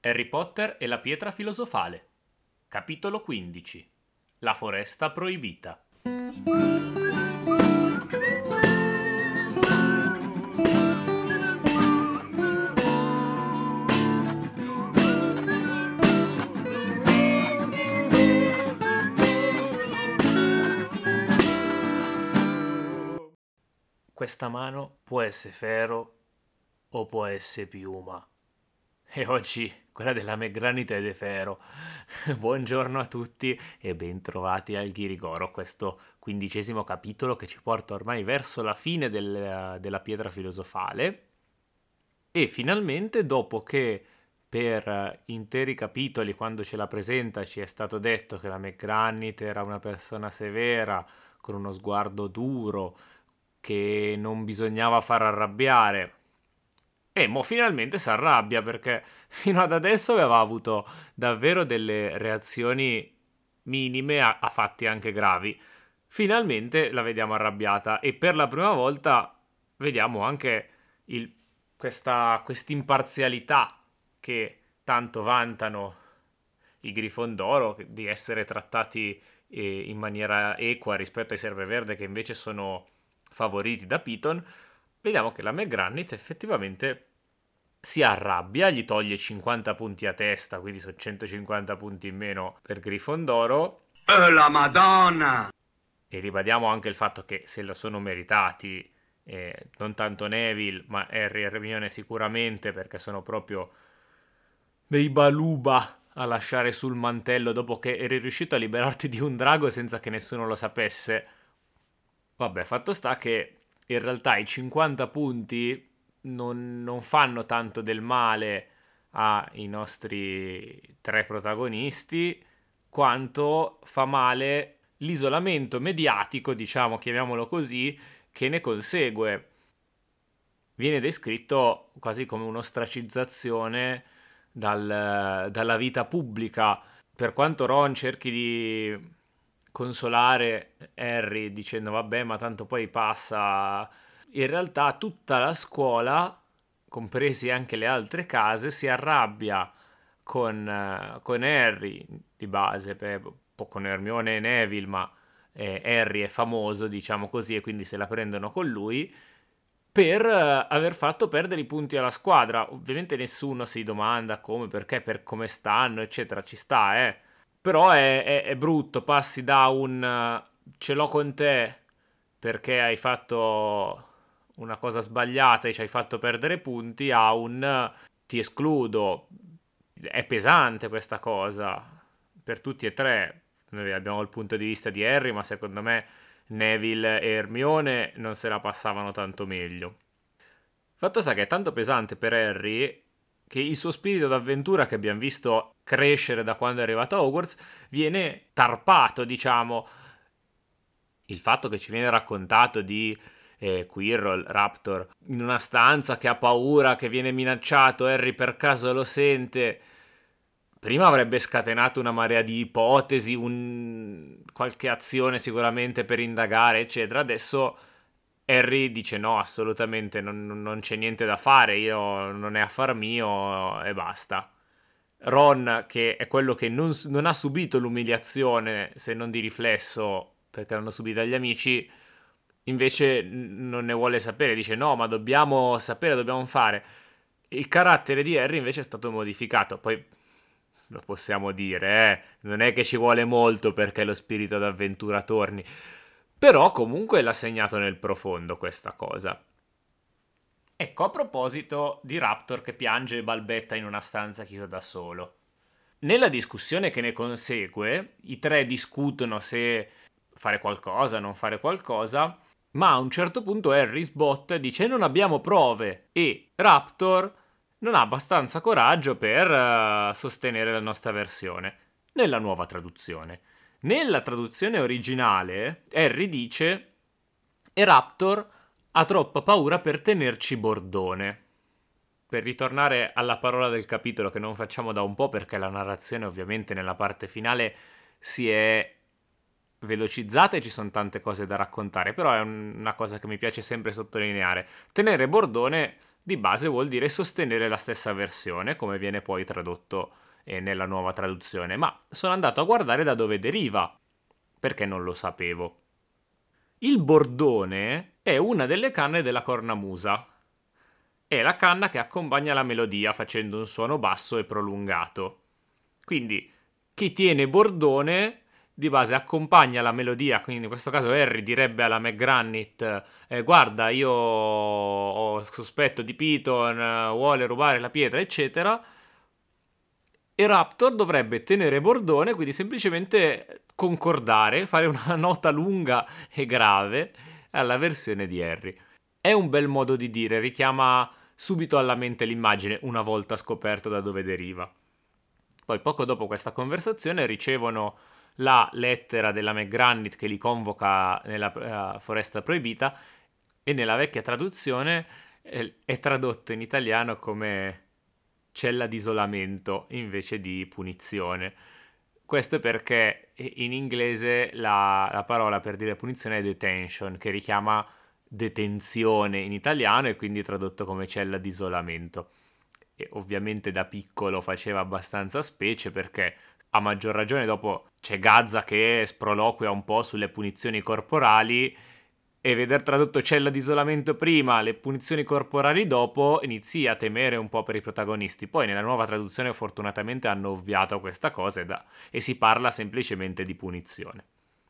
Harry Potter e la pietra filosofale. Capitolo 15. La foresta proibita. Questa mano può essere ferro o può essere piuma. E oggi quella della Megranite è de ferro. Buongiorno a tutti e bentrovati al Ghirigoro, questo 15° capitolo che ci porta ormai verso la fine della pietra filosofale. E finalmente, dopo che per interi capitoli, quando ce la presenta, ci è stato detto che la McGranit era una persona severa, con uno sguardo duro, che non bisognava far arrabbiare. E mo finalmente si arrabbia perché fino ad adesso aveva avuto davvero delle reazioni minime a fatti anche gravi. Finalmente la vediamo arrabbiata e per la prima volta vediamo anche questa imparzialità che tanto vantano i Grifondoro, di essere trattati in maniera equa rispetto ai Serpeverde che invece sono favoriti da Piton. Vediamo che la McGranit effettivamente si arrabbia, gli toglie 50 punti a testa, quindi sono 150 punti in meno per Grifondoro. La Madonna! E ribadiamo anche il fatto che se la sono meritati, non tanto Neville, ma Harry e Hermione sicuramente, perché sono proprio dei baluba a lasciare sul mantello dopo che eri riuscito a liberarti di un drago senza che nessuno lo sapesse. Vabbè, fatto sta che in realtà i 50 punti non fanno tanto del male ai nostri tre protagonisti quanto fa male l'isolamento mediatico, diciamo, chiamiamolo così, che ne consegue. Viene descritto quasi come un'ostracizzazione dalla vita pubblica. Per quanto Ron cerchi di consolare Harry dicendo vabbè, ma tanto poi passa, in realtà tutta la scuola, compresi anche le altre case, si arrabbia con Harry di base, un po' con Hermione e Neville, ma Harry è famoso, diciamo così, e quindi se la prendono con lui per aver fatto perdere i punti alla squadra. Ovviamente nessuno si domanda come, perché, per come stanno, eccetera, ci sta, eh. Però è brutto, passi da un ce l'ho con te perché hai fatto una cosa sbagliata e ci hai fatto perdere punti a un ti escludo. È pesante questa cosa per tutti e tre. Noi abbiamo il punto di vista di Harry, ma secondo me Neville e Hermione non se la passavano tanto meglio. Fatto sta che è tanto pesante per Harry che il suo spirito d'avventura che abbiamo visto crescere da quando è arrivato a Hogwarts viene tarpato, diciamo. Il fatto che ci viene raccontato di Quirrell, Raptor, in una stanza che ha paura, che viene minacciato, Harry per caso lo sente. Prima avrebbe scatenato una marea di ipotesi, qualche azione sicuramente per indagare, eccetera. Adesso Harry dice no, assolutamente non c'è niente da fare, io non è affar mio e basta. Ron, che è quello che non ha subito l'umiliazione, se non di riflesso, perché l'hanno subita gli amici, invece non ne vuole sapere, dice no, ma dobbiamo sapere, dobbiamo fare. Il carattere di Harry invece è stato modificato, poi lo possiamo dire, non è che ci vuole molto perché lo spirito d'avventura torni, però comunque l'ha segnato nel profondo questa cosa. Ecco, a proposito di Raptor che piange e balbetta in una stanza chiusa da solo. Nella discussione che ne consegue, i tre discutono se fare qualcosa, non fare qualcosa, ma a un certo punto Harry sbotta e dice non abbiamo prove e Raptor non ha abbastanza coraggio per sostenere la nostra versione nella nuova traduzione. Nella traduzione originale Harry dice e Raptor ha troppa paura per tenerci bordone. Per ritornare alla parola del capitolo che non facciamo da un po' perché la narrazione ovviamente nella parte finale si è velocizzata e ci sono tante cose da raccontare, però è una cosa che mi piace sempre sottolineare. Tenere bordone di base vuol dire sostenere la stessa versione, come viene poi tradotto nella nuova traduzione, ma sono andato a guardare da dove deriva, perché non lo sapevo. Il bordone è una delle canne della cornamusa. È la canna che accompagna la melodia facendo un suono basso e prolungato. Quindi chi tiene bordone di base accompagna la melodia, quindi in questo caso Harry direbbe alla McGranit guarda, io ho sospetto di Piton, vuole rubare la pietra, eccetera, e Raptor dovrebbe tenere bordone, quindi semplicemente concordare, fare una nota lunga e grave alla versione di Harry. È un bel modo di dire, richiama subito alla mente l'immagine una volta scoperto da dove deriva. Poi poco dopo questa conversazione ricevono la lettera della McGranit che li convoca nella foresta proibita, e nella vecchia traduzione è tradotto in italiano come cella d'isolamento invece di punizione. Questo è perché in inglese la parola per dire punizione è detention, che richiama detenzione in italiano e quindi tradotto come cella d'isolamento. E ovviamente da piccolo faceva abbastanza specie, perché a maggior ragione dopo c'è Gazza che sproloquia un po' sulle punizioni corporali, e veder tradotto cella di isolamento prima, le punizioni corporali dopo, inizi a temere un po' per i protagonisti. Poi nella nuova traduzione fortunatamente hanno ovviato questa cosa e si parla semplicemente di punizione.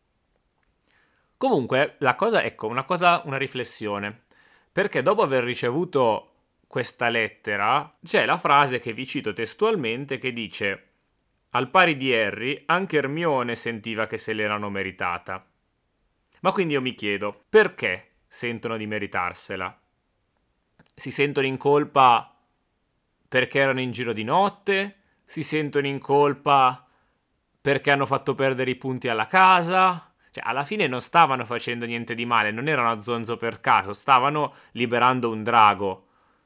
Comunque la cosa, ecco, una riflessione, perché dopo aver ricevuto questa lettera c'è la frase che vi cito testualmente che dice: al pari di Harry, anche Hermione sentiva che se l'erano meritata. Ma quindi io mi chiedo, perché sentono di meritarsela? Si sentono in colpa perché erano in giro di notte? Si sentono in colpa perché hanno fatto perdere i punti alla casa? Cioè, alla fine non stavano facendo niente di male, non erano a zonzo per caso, stavano liberando un drago.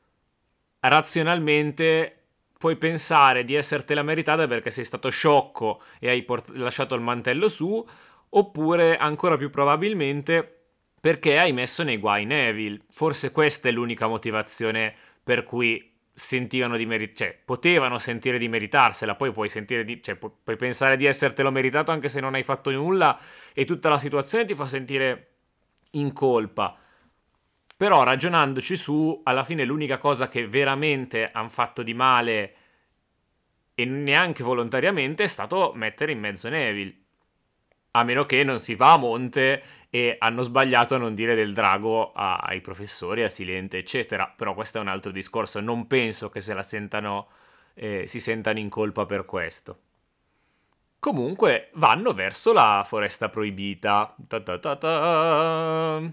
Razionalmente puoi pensare di essertela meritata perché sei stato sciocco e hai lasciato il mantello su, oppure ancora più probabilmente perché hai messo nei guai Neville. Forse questa è l'unica motivazione per cui sentivano cioè potevano sentire di meritarsela. Poi puoi puoi pensare di essertelo meritato anche se non hai fatto nulla e tutta la situazione ti fa sentire in colpa. Però ragionandoci su, alla fine l'unica cosa che veramente hanno fatto di male, e neanche volontariamente, è stato mettere in mezzo Neville. A meno che non si va a monte e hanno sbagliato a non dire del drago ai professori, a Silente, eccetera. Però questo è un altro discorso. Non penso che se la sentano, si sentano in colpa per questo. Comunque vanno verso la foresta proibita. Ta ta ta ta.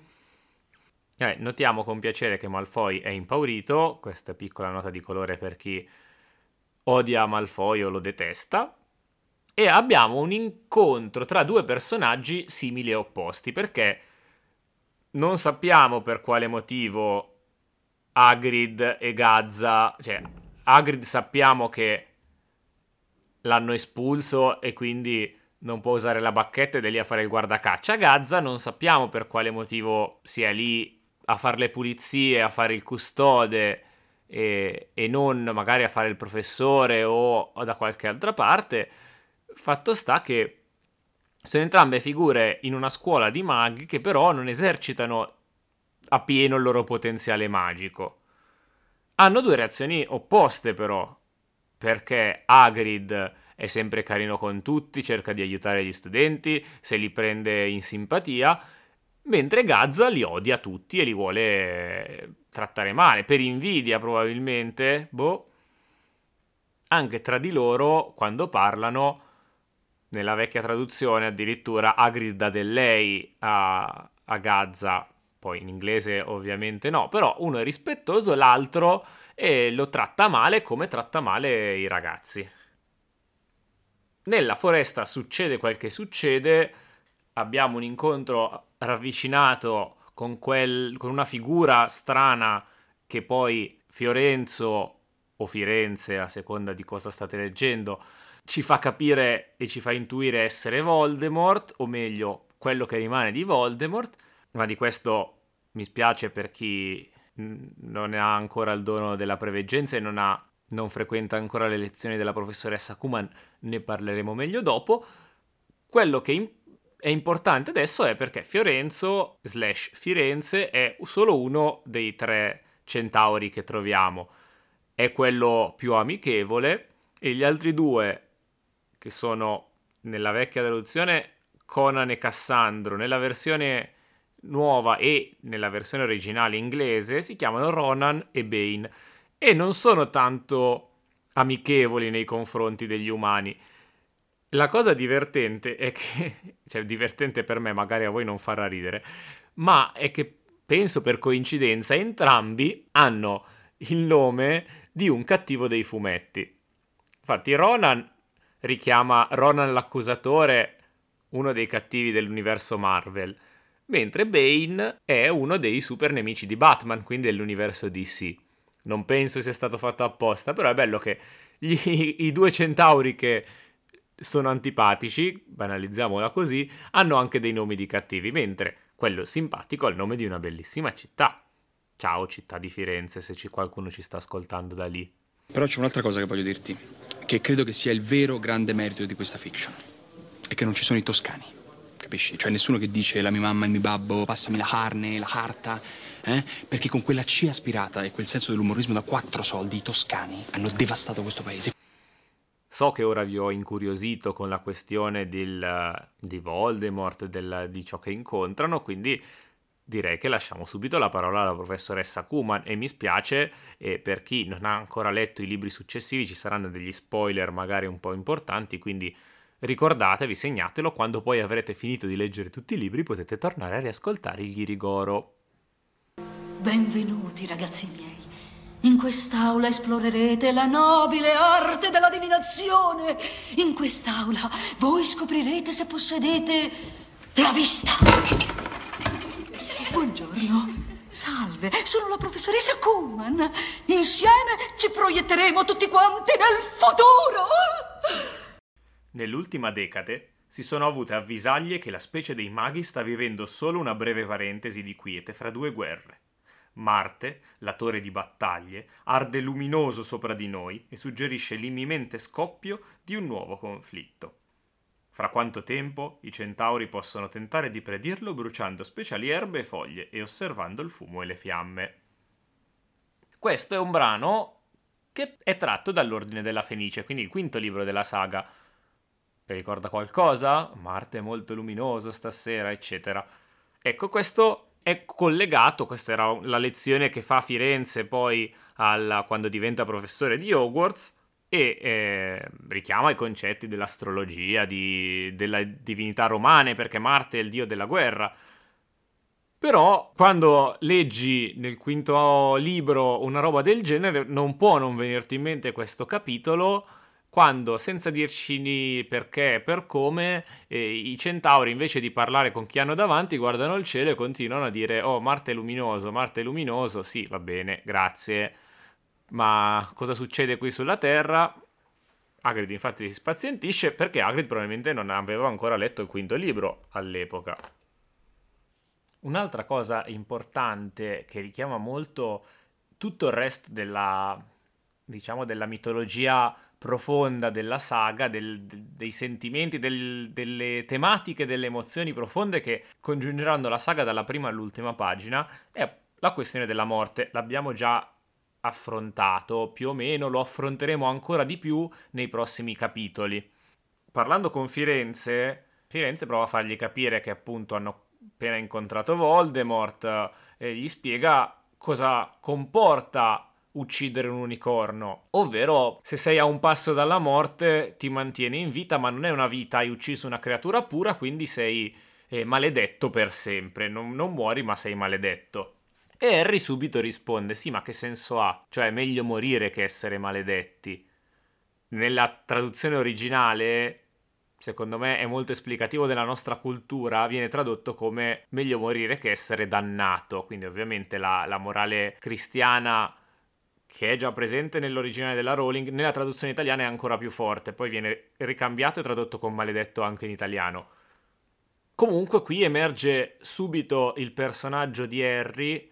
Notiamo con piacere che Malfoy è impaurito. Questa piccola nota di colore per chi odia Malfoy o lo detesta. E abbiamo un incontro tra due personaggi simili e opposti, perché non sappiamo per quale motivo Hagrid e Gazza, cioè Hagrid sappiamo che l'hanno espulso e quindi non può usare la bacchetta ed è lì a fare il guardacaccia. Gazza non sappiamo per quale motivo sia lì a fare le pulizie, a fare il custode e non magari a fare il professore o da qualche altra parte. Fatto sta che sono entrambe figure in una scuola di maghi che però non esercitano appieno il loro potenziale magico. Hanno due reazioni opposte però, perché Hagrid è sempre carino con tutti, cerca di aiutare gli studenti, se li prende in simpatia, mentre Gazza li odia tutti e li vuole trattare male, per invidia probabilmente, boh. Anche tra di loro, quando parlano, nella vecchia traduzione addirittura Hagrid dà del lei a Gazza, poi in inglese ovviamente no, però uno è rispettoso, l'altro lo tratta male come tratta male i ragazzi. Nella foresta succede quel che succede, abbiamo un incontro ravvicinato con una figura strana che poi Fiorenzo o Firenze, a seconda di cosa state leggendo, ci fa capire e ci fa intuire essere Voldemort, o meglio, quello che rimane di Voldemort, ma di questo mi spiace per chi non ha ancora il dono della preveggenza e non frequenta ancora le lezioni della professoressa Kuman, ne parleremo meglio dopo. Quello che è importante adesso è perché Firenze è solo uno dei 3 centauri che troviamo, è quello più amichevole, e gli altri 2, che sono nella vecchia traduzione Conan e Cassandro, nella versione nuova e nella versione originale inglese si chiamano Ronan e Bane, e non sono tanto amichevoli nei confronti degli umani. La cosa divertente è che, cioè divertente per me, magari a voi non farà ridere, ma è che penso per coincidenza entrambi hanno il nome di un cattivo dei fumetti. Infatti Ronan richiama Ronan l'accusatore, uno dei cattivi dell'universo Marvel, mentre Bane è uno dei super nemici di Batman, quindi dell'universo DC. Non penso sia stato fatto apposta, però è bello che i 2 centauri che sono antipatici, banalizziamola così, hanno anche dei nomi di cattivi, mentre quello simpatico ha il nome di una bellissima città. Ciao, città di Firenze, se qualcuno ci sta ascoltando da lì. Però c'è un'altra cosa che voglio dirti, che credo che sia il vero grande merito di questa fiction, è che non ci sono i toscani, capisci? Cioè nessuno che dice la mia mamma e il mio babbo, passami la carne, la carta, perché con quella C aspirata e quel senso dell'umorismo da 4 soldi i toscani hanno devastato questo paese. So che ora vi ho incuriosito con la questione di Voldemort, di ciò che incontrano, quindi direi che lasciamo subito la parola alla professoressa Kuman, e mi spiace, per chi non ha ancora letto i libri successivi ci saranno degli spoiler magari un po' importanti, quindi ricordatevi, segnatelo, quando poi avrete finito di leggere tutti i libri potete tornare a riascoltare il Ghirigoro. Benvenuti ragazzi miei. In quest'aula esplorerete la nobile arte della divinazione. In quest'aula voi scoprirete se possedete la vista. Buongiorno. Salve, sono la professoressa Kuman. Insieme ci proietteremo tutti quanti nel futuro. Nell'ultima decade si sono avute avvisaglie che la specie dei maghi sta vivendo solo una breve parentesi di quiete fra 2 guerre. Marte, la torre di battaglie, arde luminoso sopra di noi e suggerisce l'imminente scoppio di un nuovo conflitto. Fra quanto tempo i centauri possono tentare di predirlo bruciando speciali erbe e foglie e osservando il fumo e le fiamme. Questo è un brano che è tratto dall'Ordine della Fenice, quindi il 5° libro della saga. Vi ricorda qualcosa? Marte è molto luminoso stasera, eccetera. Ecco, questo è collegato, questa era la lezione che fa a Firenze poi quando diventa professore di Hogwarts, e richiama i concetti dell'astrologia, della divinità romane, perché Marte è il dio della guerra. Però quando leggi nel 5° libro una roba del genere non può non venirti in mente questo capitolo, quando, senza dirci perché e per come, i centauri, invece di parlare con chi hanno davanti, guardano il cielo e continuano a dire «Oh, Marte è luminoso, sì, va bene, grazie, ma cosa succede qui sulla Terra?» Hagrid infatti si spazientisce perché Hagrid probabilmente non aveva ancora letto il 5° libro all'epoca. Un'altra cosa importante che richiama molto tutto il resto della mitologia profonda della saga, dei sentimenti, delle tematiche, delle emozioni profonde che congiungeranno la saga dalla prima all'ultima pagina, è la questione della morte. L'abbiamo già affrontato più o meno, lo affronteremo ancora di più nei prossimi capitoli. Parlando con Firenze prova a fargli capire che appunto hanno appena incontrato Voldemort, e gli spiega cosa comporta uccidere un unicorno, ovvero se sei a un passo dalla morte ti mantieni in vita, ma non è una vita, hai ucciso una creatura pura, quindi sei maledetto per sempre, non muori ma sei maledetto. E Harry subito risponde: sì, ma che senso ha? Cioè è meglio morire che essere maledetti. Nella traduzione originale, secondo me è molto esplicativo della nostra cultura, viene tradotto come meglio morire che essere dannato, quindi ovviamente la morale cristiana, che è già presente nell'originale della Rowling, nella traduzione italiana è ancora più forte, poi viene ricambiato e tradotto con maledetto anche in italiano. Comunque qui emerge subito il personaggio di Harry,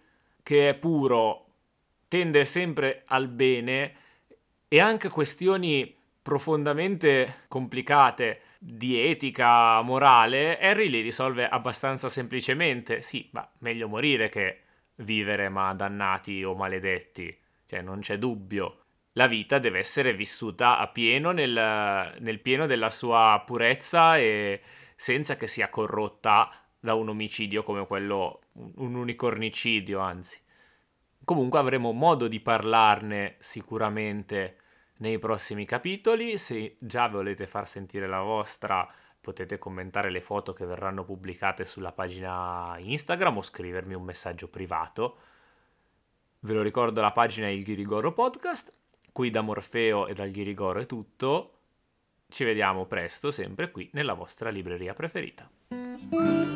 che è puro tende sempre al bene, e anche questioni profondamente complicate di etica, morale, Harry li risolve abbastanza semplicemente. Sì, ma meglio morire che vivere ma dannati o maledetti, cioè non c'è dubbio. La vita deve essere vissuta a pieno nel pieno della sua purezza e senza che sia corrotta da un omicidio come quello, un unicornicidio, anzi. Comunque avremo modo di parlarne sicuramente nei prossimi capitoli. Se già volete far sentire la vostra, potete commentare le foto che verranno pubblicate sulla pagina Instagram o scrivermi un messaggio privato. Ve lo ricordo, la pagina è il Ghirigoro Podcast. Qui da Morfeo e dal Ghirigoro è tutto. Ci vediamo presto, sempre qui nella vostra libreria preferita.